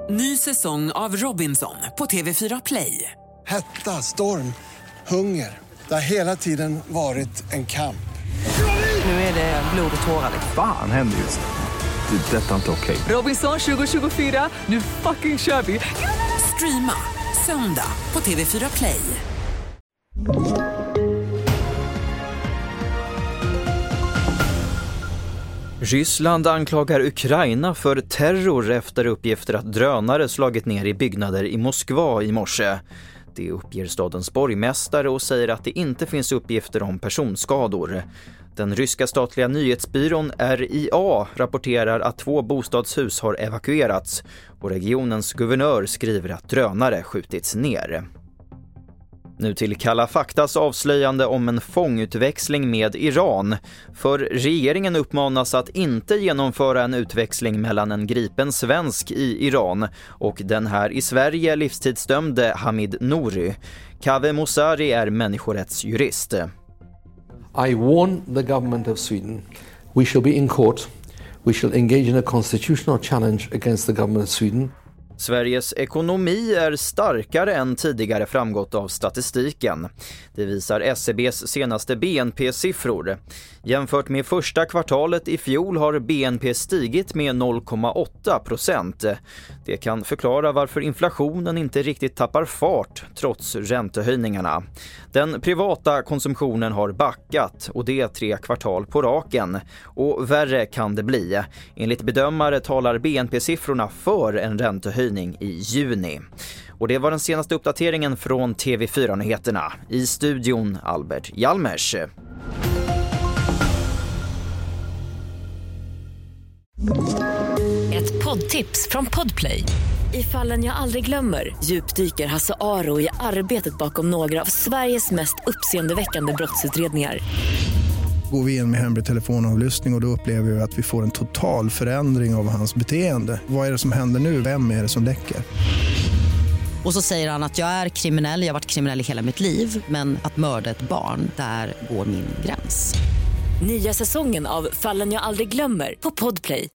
Ny säsong av Robinson på TV4 Play. Hetta, storm, hunger. Det har hela tiden varit en kamp. Nu är det blod och tårar. Fan händer just nu. Det. Detta är inte okej. Robinson 2024, nu fucking kör vi. Streama söndag på TV4 Play. Ryssland anklagar Ukraina för terror efter uppgifter att drönare slagit ner i byggnader i Moskva i morse. Det uppger stadens borgmästare och säger att det inte finns uppgifter om personskador. Den ryska statliga nyhetsbyrån RIA rapporterar att 2 bostadshus har evakuerats och regionens guvernör skriver att drönare skjutits ner. Nu till Kalla faktas avslöjande om en fångutväxling med Iran. För regeringen uppmanas att inte genomföra en utväxling mellan en gripen svensk i Iran och den här i Sverige livstidsdömde Hamid Nouri. Kaveh Mosari är människorättsjurist. I warn the government of Sweden. We shall be in court. We shall engage in a constitutional challenge against the government of Sweden. Sveriges ekonomi är starkare än tidigare framgått av statistiken. Det visar SCBs senaste BNP-siffror. Jämfört med första kvartalet i fjol har BNP stigit med 0,8%. Det kan förklara varför inflationen inte riktigt tappar fart trots räntehöjningarna. Den privata konsumtionen har backat och det är 3 kvartal på raken. Och värre kan det bli. Enligt bedömare talar BNP-siffrorna för en räntehöjning i juni. Och det var den senaste uppdateringen från TV4-nyheterna. I studion Albert Hjalmers. Ett poddtips från Podplay. I Fallen jag aldrig glömmer djupdyker Hasse Aro i arbetet bakom några av Sveriges mest uppseendeväckande brottsutredningar. Går vi in med hemlig telefonavlyssning och då upplever vi att vi får en total förändring av hans beteende. Vad är det som händer nu? Vem är det som läcker? Och så säger han att jag är kriminell, jag har varit kriminell i hela mitt liv. Men att mörda ett barn, där går min gräns. Nya säsongen av Fallen jag aldrig glömmer på Podplay.